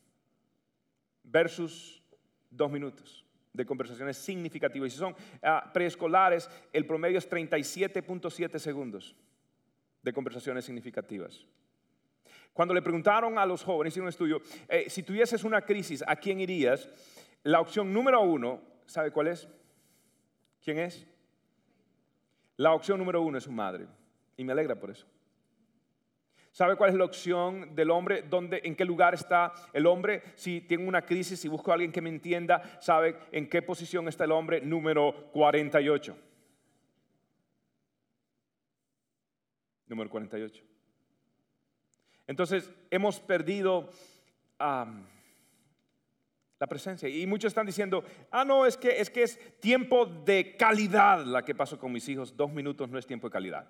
versus dos minutos de conversaciones significativas. Y si son uh, preescolares, el promedio es treinta y siete punto siete segundos de conversaciones significativas. Cuando le preguntaron a los jóvenes, hicieron un estudio, eh, si tuvieses una crisis, ¿a quién irías? La opción número uno, ¿sabe cuál es? ¿Quién es? La opción número uno es su madre. Y me alegra por eso. ¿Sabe cuál es la opción del hombre? ¿Dónde, en qué lugar está el hombre? Si tengo una crisis, si busco a alguien que me entienda, ¿sabe en qué posición está el hombre? Número cuarenta y ocho. Número cuarenta y ocho. Entonces, hemos perdido um, la presencia. Y muchos están diciendo, ah, no, es que, es que es tiempo de calidad la que paso con mis hijos. Dos minutos no es tiempo de calidad.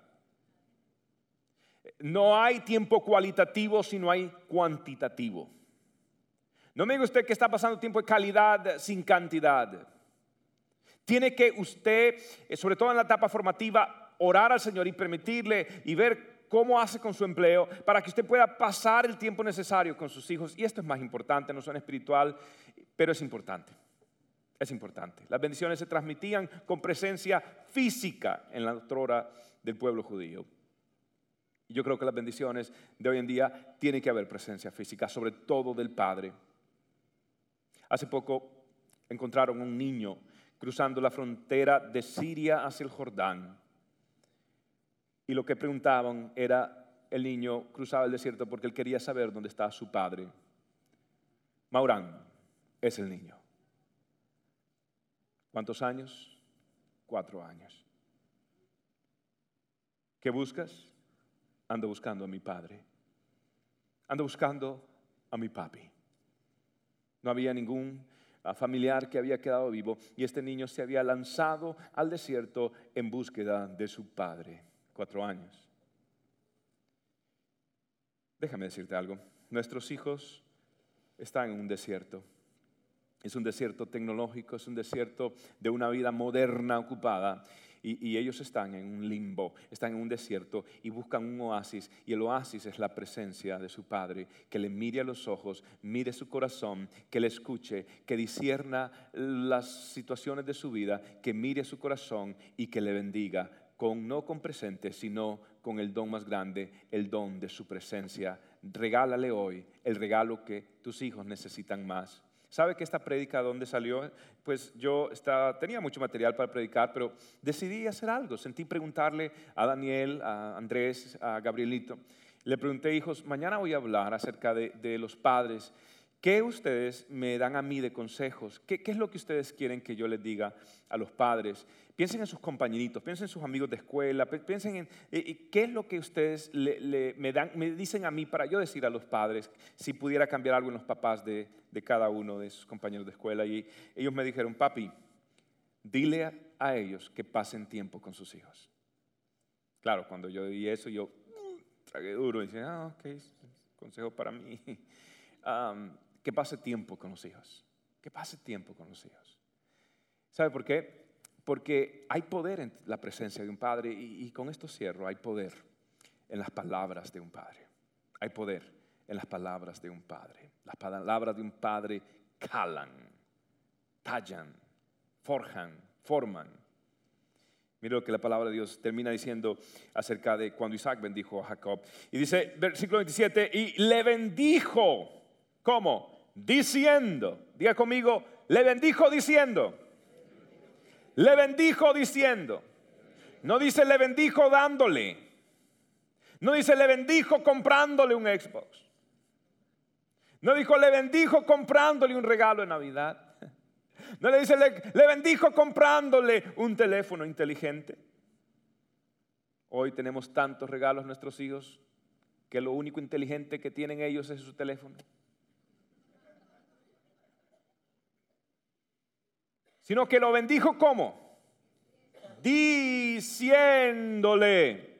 No hay tiempo cualitativo si no hay cuantitativo. No me diga usted que está pasando tiempo de calidad sin cantidad. Tiene que usted, sobre todo en la etapa formativa, orar al Señor y permitirle y ver cómo hace con su empleo para que usted pueda pasar el tiempo necesario con sus hijos. Y esto es más importante, no son espiritual, pero es importante. Es importante. Las bendiciones se transmitían con presencia física en la otrora del pueblo judío. Y yo creo que las bendiciones de hoy en día tiene que haber presencia física, sobre todo del Padre. Hace poco encontraron un niño cruzando la frontera de Siria hacia el Jordán. Y lo que preguntaban era, el niño cruzaba el desierto porque él quería saber dónde estaba su padre. Maurán es el niño. ¿Cuántos años? Cuatro años. ¿Qué buscas? Ando buscando a mi padre. Ando buscando a mi papi. No había ningún familiar que había quedado vivo y este niño se había lanzado al desierto en búsqueda de su padre. Cuatro años. Déjame decirte algo. Nuestros hijos están en un desierto. Es un desierto tecnológico, es un desierto de una vida moderna ocupada. Y, y ellos están en un limbo, están en un desierto y buscan un oasis. Y el oasis es la presencia de su Padre, que le mire a los ojos, mire su corazón, que le escuche, que discierna las situaciones de su vida, que mire su corazón y que le bendiga, con, no con presentes, sino con el don más grande, el don de su presencia. Regálale hoy el regalo que tus hijos necesitan más. ¿Sabe que esta prédica dónde salió? Pues yo estaba, tenía mucho material para predicar, pero decidí hacer algo. Sentí preguntarle a Daniel, a Andrés, a Gabrielito. Le pregunté, hijos, mañana voy a hablar acerca de, de los padres. ¿Qué ustedes me dan a mí de consejos? ¿Qué, ¿Qué es lo que ustedes quieren que yo les diga a los padres? Piensen en sus compañeritos, piensen en sus amigos de escuela, piensen en eh, qué es lo que ustedes le, le, me, dan, me dicen a mí para yo decir a los padres si pudiera cambiar algo en los papás de, de cada uno de sus compañeros de escuela. Y ellos me dijeron, papi, dile a, a ellos que pasen tiempo con sus hijos. Claro, cuando yo di eso, yo uh, tragué duro y dije, ah, ok, consejo para mí. Um, que pase tiempo con los hijos, que pase tiempo con los hijos. ¿Sabe por qué? Porque hay poder en la presencia de un padre y, y con esto cierro, hay poder en las palabras de un padre. Hay poder en las palabras de un padre. Las palabras de un padre calan, tallan, forjan, forman. Mira lo que la palabra de Dios termina diciendo acerca de cuando Isaac bendijo a Jacob. Y dice, versículo veintisiete, y le bendijo. ¿Cómo? Diciendo. Diga conmigo, le bendijo diciendo. Le bendijo diciendo. No dice le bendijo dándole. No dice le bendijo comprándole un Xbox. No dijo le bendijo comprándole un regalo de Navidad. No le dice le, le bendijo comprándole un teléfono inteligente. Hoy tenemos tantos regalos a nuestros hijos que lo único inteligente que tienen ellos es su teléfono. Sino que lo bendijo ¿cómo? Diciéndole,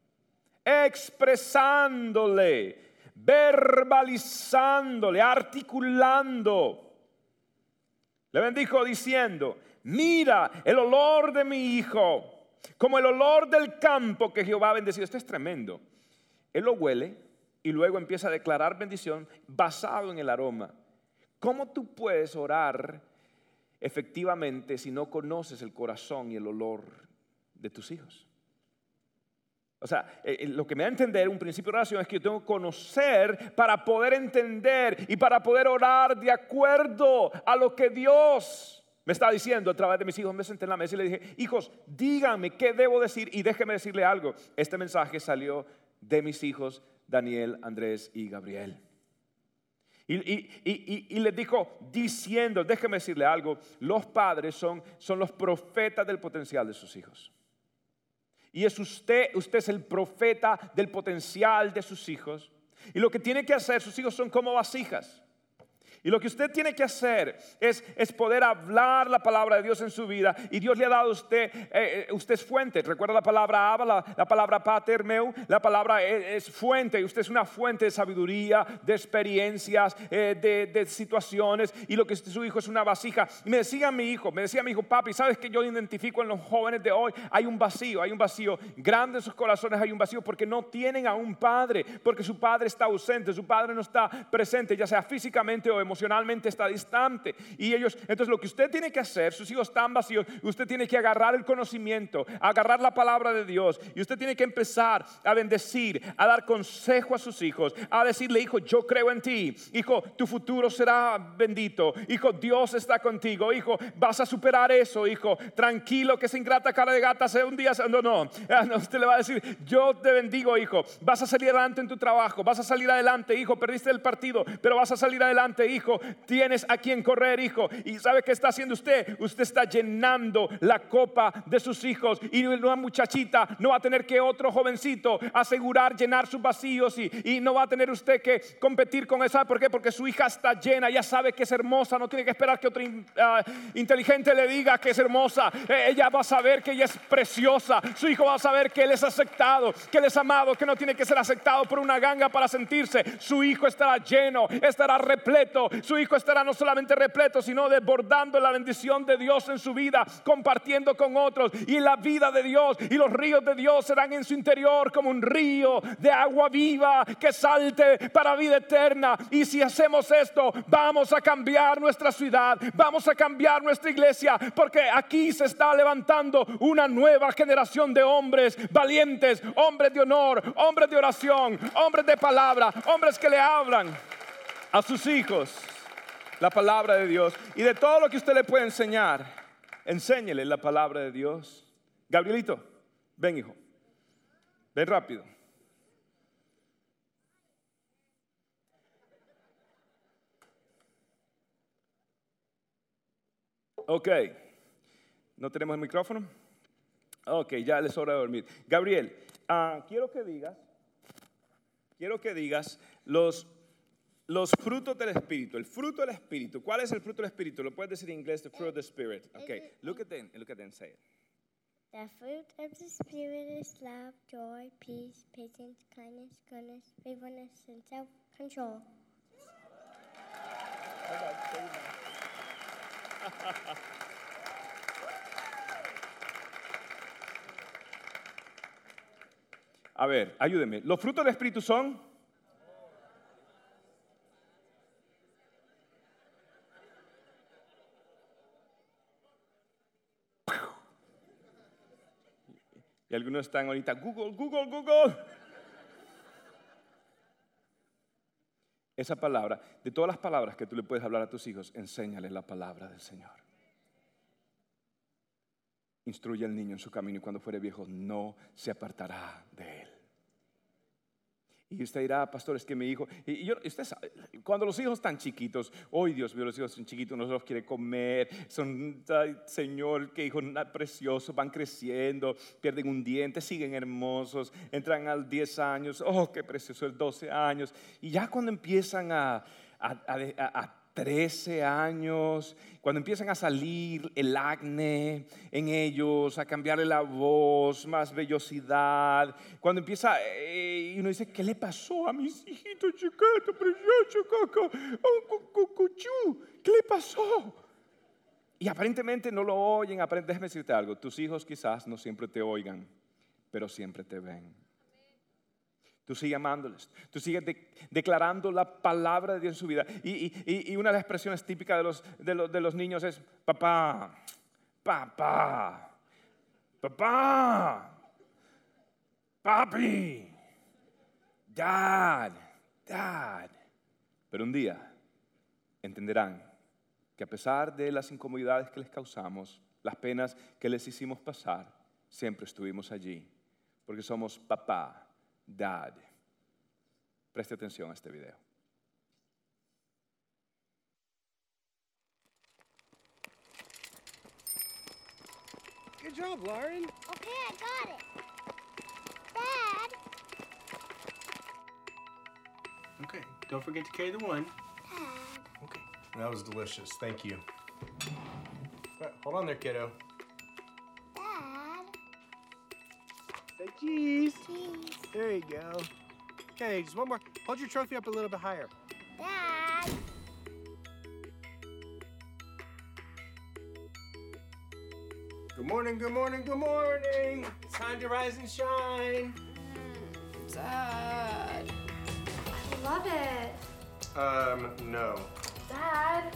expresándole, verbalizándole, articulando. Le bendijo diciendo, mira el olor de mi hijo, como el olor del campo que Jehová ha bendecido. Esto es tremendo. Él lo huele y luego empieza a declarar bendición basado en el aroma. ¿Cómo tú puedes orar efectivamente si no conoces el corazón y el olor de tus hijos? O sea, eh, lo que me da a entender un principio de oración es que yo tengo que conocer para poder entender y para poder orar de acuerdo a lo que Dios me está diciendo a través de mis hijos. Me senté en la mesa y le dije: hijos, díganme qué debo decir, y déjenme decirle algo. Este mensaje salió de mis hijos Daniel, Andrés y Gabriel. Y, y, y, y les dijo diciendo, déjeme decirle algo, los padres son, son los profetas del potencial de sus hijos. Y es usted, usted es el profeta del potencial de sus hijos. Y lo que tiene que hacer, sus hijos son como vasijas. Y lo que usted tiene que hacer es, es poder hablar la palabra de Dios en su vida. Y Dios le ha dado a usted, eh, usted es fuente. Recuerda la palabra Abba, la, la palabra Pater meu. La palabra es, es fuente. Y usted es una fuente de sabiduría, de experiencias, eh, de, de situaciones. Y lo que su hijo es una vasija. Y me decía mi hijo, me decía mi hijo: papi, ¿sabes que yo identifico en los jóvenes de hoy? Hay un vacío, hay un vacío grande en sus corazones. Hay un vacío porque no tienen a un padre. Porque su padre está ausente, su padre no está presente, ya sea físicamente o emocionalmente. Emocionalmente está distante. Y ellos, entonces lo que usted tiene que hacer, sus hijos están vacíos, usted tiene que agarrar el conocimiento, agarrar la palabra de Dios, y usted tiene que empezar a bendecir, a dar consejo a sus hijos, a decirle: hijo, yo creo en ti, hijo, tu futuro será bendito, hijo, Dios está contigo, hijo, vas a superar eso, hijo, tranquilo, que esa ingrata cara de gata sea un día, no, no, no, usted le va a decir: yo te bendigo, hijo, vas a salir adelante en tu trabajo, vas a salir adelante, hijo, perdiste el partido, pero vas a salir adelante, hijo. Hijo, tienes a quien correr, hijo. Y ¿sabe qué está haciendo usted? Usted está llenando la copa de sus hijos. Y una muchachita no va a tener que otro jovencito asegurar llenar sus vacíos. Y, y no va a tener usted que competir con eso. ¿Por qué? Porque su hija está llena. Ya sabe que es hermosa. No tiene que esperar que otro uh, inteligente le diga que es hermosa. eh, Ella va a saber que ella es preciosa. Su hijo va a saber que él es aceptado, que él es amado, que no tiene que ser aceptado por una ganga para sentirse. Su hijo estará lleno, estará repleto. Su hijo estará no solamente repleto, sino desbordando la bendición de Dios en su vida, compartiendo con otros. Y la vida de Dios y los ríos de Dios serán en su interior como un río de agua viva que salte para vida eterna. Y si hacemos esto, vamos a cambiar nuestra ciudad, vamos a cambiar nuestra iglesia, porque aquí se está levantando una nueva generación de hombres valientes, hombres de honor, hombres de oración, hombres de palabra, hombres que le hablan a sus hijos la palabra de Dios. Y de todo lo que usted le puede enseñar, enséñele la palabra de Dios. Gabrielito, ven, hijo, ven rápido. Ok, ¿no tenemos el micrófono? Ok, ya les hora de dormir. Gabriel, uh, quiero que digas Quiero que digas los Los frutos del Espíritu, el fruto del Espíritu. ¿Cuál es el fruto del Espíritu? Lo puedes decir en inglés, the fruit of the Spirit. Okay, look at them, look at them, say it. The fruit of the Spirit is love, joy, peace, patience, kindness, goodness, faithfulness, and self-control. A ver, ayúdenme. Los frutos del Espíritu son... Y algunos están ahorita, Google, Google, Google. Esa palabra, de todas las palabras que tú le puedes hablar a tus hijos, enséñales la palabra del Señor. Instruye al niño en su camino y cuando fuere viejo no se apartará de él. Y usted dirá, pastor, es que mi hijo, y yo, usted sabe, cuando los hijos están chiquitos, hoy Dios mío, los hijos son chiquitos, no se los quiere comer, son, ay, Señor, qué hijos preciosos, van creciendo, pierden un diente, siguen hermosos, entran a diez años, oh, qué precioso, el doce años, y ya cuando empiezan a, a, a, a trece años, cuando empiezan a salir el acné en ellos, a cambiarle la voz, más vellosidad, cuando empieza, eh, y uno dice, ¿qué le pasó a mis hijitos chiquitos, preciosos, coco? Oh, cucuchú, ¿qué le pasó? Y aparentemente no lo oyen. Aparentemente, déjame decirte algo. Tus hijos quizás no siempre te oigan, pero siempre te ven. Tú sigues amándoles. Tú sigues de, declarando la palabra de Dios en su vida. Y, y, y una de las expresiones típicas de los, de, los, de los niños es papá, papá, papá, papi, dad, dad. Pero un día entenderán que a pesar de las incomodidades que les causamos, las penas que les hicimos pasar, siempre estuvimos allí, porque somos papá, dad. Preste atención a este video. Good job, Lauren. Okay, I got it. Dad. Okay, don't forget to carry the one. Dad. Okay, that was delicious. Thank you. All right, hold on there, kiddo. Dad. Say cheese. Cheese. There you go. Okay, just one more. Hold your trophy up a little bit higher. Dad. Good morning, good morning, good morning. It's time to rise and shine. Dad. I love it. Um, no. Dad.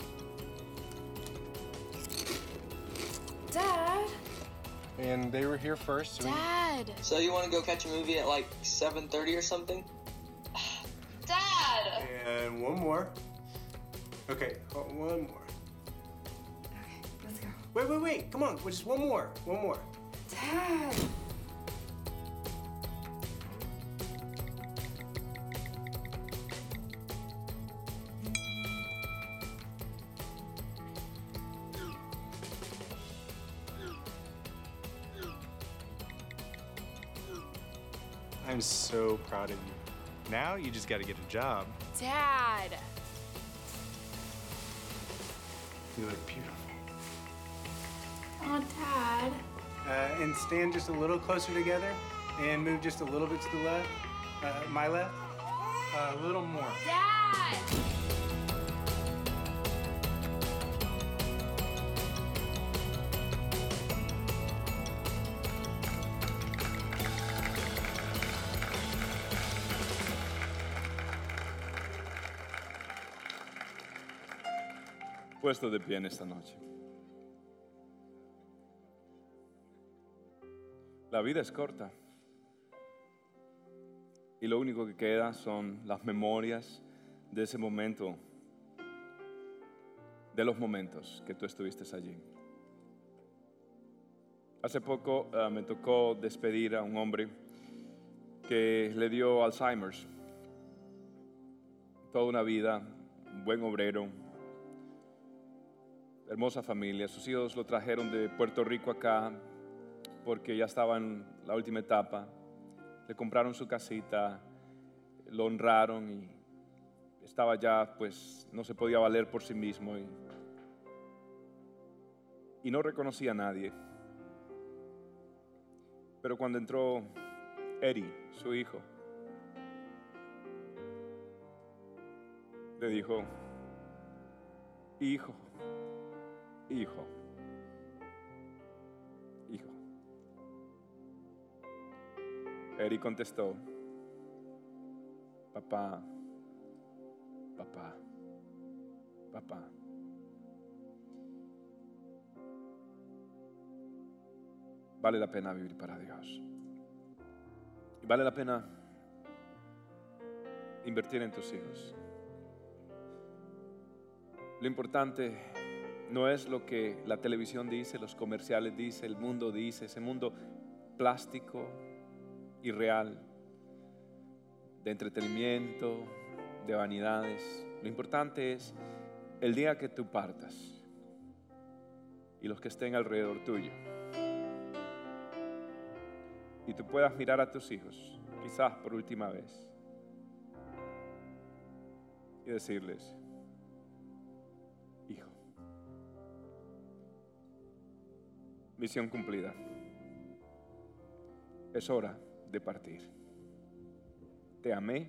Dad. And they were here first, so we... Dad. So you want to go catch a movie at like seven thirty or something? Dad. And one more. Okay, uh, one more. Okay, let's go. Wait, wait, wait. Come on, just one more. One more. Dad. I'm so proud of you. Now you just got to get a job. Dad. You look beautiful. Oh, Dad. Uh, and stand just a little closer together and move just a little bit to the left. Uh, my left. Uh, a little more. Dad. Puesto de pie en esta noche. La vida es corta y lo único que queda son las memorias de ese momento, de los momentos que tú estuviste allí. Hace poco uh, me tocó despedir a un hombre que le dio Alzheimer's. Toda una vida, un buen obrero, hermosa familia. Sus hijos lo trajeron de Puerto Rico acá porque ya estaba en la última etapa. Le compraron su casita, lo honraron y estaba ya, pues, no se podía valer por sí mismo y, y no reconocía a nadie. Pero cuando entró Eddie, su hijo, le dijo: hijo, hijo, hijo. Eddie contestó: papá, papá, papá. Vale la pena vivir para Dios. Y vale la pena invertir en tus hijos. Lo importante no es lo que la televisión dice, los comerciales dicen, el mundo dice, ese mundo plástico y real, de entretenimiento, de vanidades. Lo importante es el día que tú partas y los que estén alrededor tuyo. Y tú puedas mirar a tus hijos, quizás por última vez, y decirles: hijo, misión cumplida. Es hora de partir. Te amé.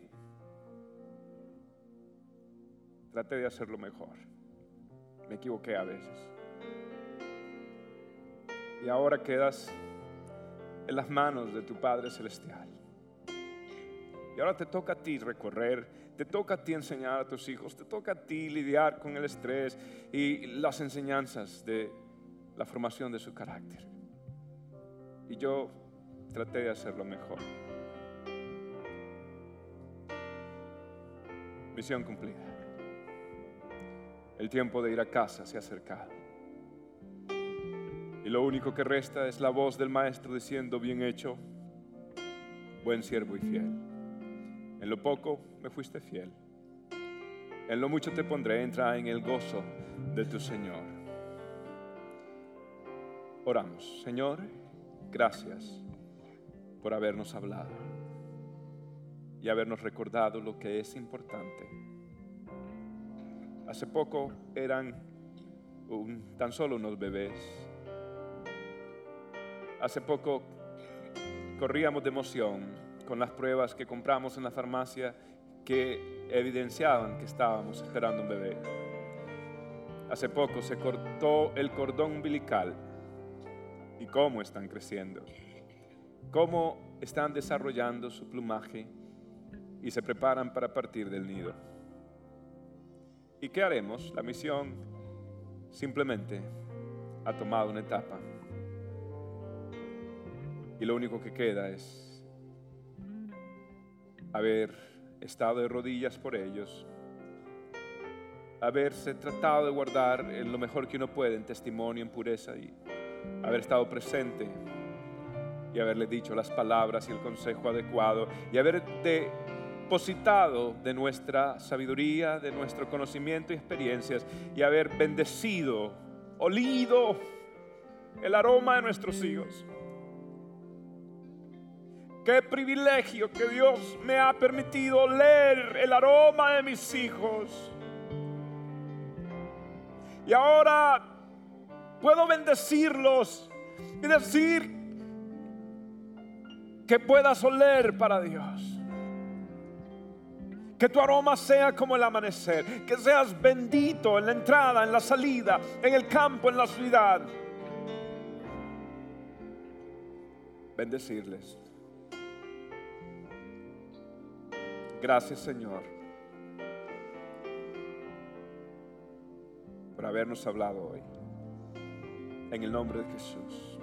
Traté de hacerlo mejor. Me equivoqué a veces. Y ahora quedas en las manos de tu Padre Celestial. Y ahora te toca a ti recorrer, te toca a ti enseñar a tus hijos, te toca a ti lidiar con el estrés y las enseñanzas de la formación de su carácter. Y yo traté de hacerlo mejor. Misión cumplida. El tiempo de ir a casa se ha acercado. Y lo único que resta es la voz del maestro diciendo: bien hecho, buen siervo y fiel. En lo poco me fuiste fiel, en lo mucho te pondré, entra en el gozo de tu Señor. Oramos. Señor, gracias por habernos hablado y habernos recordado lo que es importante. Hace poco eran un, tan solo unos bebés. Hace poco corríamos de emoción con las pruebas que compramos en la farmacia que evidenciaban que estábamos esperando un bebé. Hace poco se cortó el cordón umbilical. ¿Y cómo están creciendo? ¿Cómo están desarrollando su plumaje y se preparan para partir del nido? ¿Y qué haremos? La misión simplemente ha tomado una etapa. Y lo único que queda es haber estado de rodillas por ellos, haberse tratado de guardar en lo mejor que uno puede en testimonio, en pureza, y haber estado presente y haberle dicho las palabras y el consejo adecuado y haber depositado de nuestra sabiduría, de nuestro conocimiento y experiencias y haber bendecido, olido el aroma de nuestros hijos. Qué privilegio que Dios me ha permitido oler el aroma de mis hijos. Y ahora puedo bendecirlos y decir que puedas oler para Dios. Que tu aroma sea como el amanecer. Que seas bendito en la entrada, en la salida, en el campo, en la ciudad. Bendecirles. Gracias, Señor, por habernos hablado hoy. En el nombre de Jesús.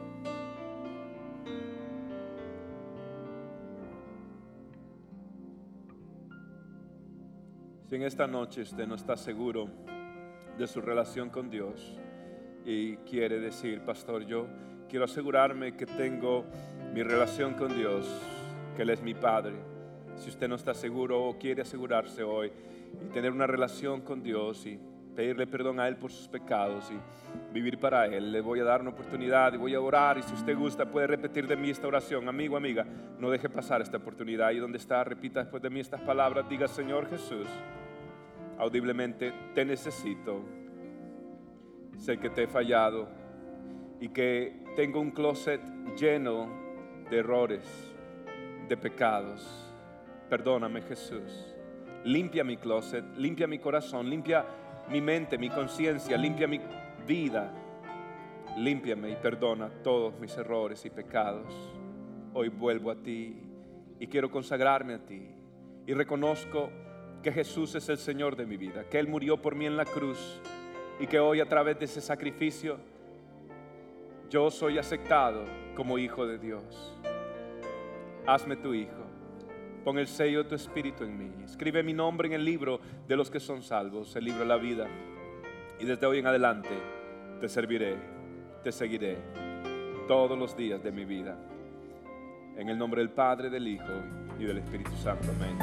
Si en esta noche usted no está seguro de su relación con Dios y quiere decir: pastor, yo quiero asegurarme que tengo mi relación con Dios, que Él es mi Padre. Si usted no está seguro o quiere asegurarse hoy y tener una relación con Dios y pedirle perdón a Él por sus pecados y vivir para Él, le voy a dar una oportunidad y voy a orar. Y si usted gusta, puede repetir de mí esta oración. Amigo, amiga, no deje pasar esta oportunidad. Y donde está, repita después de mí estas palabras. Diga: Señor Jesús, audiblemente, te necesito. Sé que te he fallado y que tengo un closet lleno de errores, de pecados. Perdóname, Jesús. Limpia mi closet, limpia mi corazón, limpia mi mente, mi conciencia, limpia mi vida. Límpiame y perdona todos mis errores y pecados. Hoy vuelvo a ti y quiero consagrarme a ti. Y reconozco que Jesús es el Señor de mi vida, que Él murió por mí en la cruz y que hoy, a través de ese sacrificio, yo soy aceptado como hijo de Dios. Hazme tu hijo. Pon el sello de tu Espíritu en mí. Escribe mi nombre en el libro de los que son salvos, el libro de la vida. Y desde hoy en adelante te serviré, te seguiré todos los días de mi vida. En el nombre del Padre, del Hijo y del Espíritu Santo. Amén.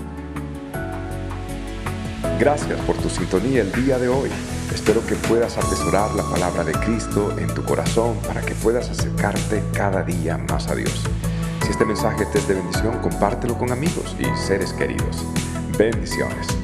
Gracias por tu sintonía el día de hoy. Espero que puedas atesorar la palabra de Cristo en tu corazón para que puedas acercarte cada día más a Dios. Si este mensaje te es de bendición, compártelo con amigos y seres queridos. Bendiciones.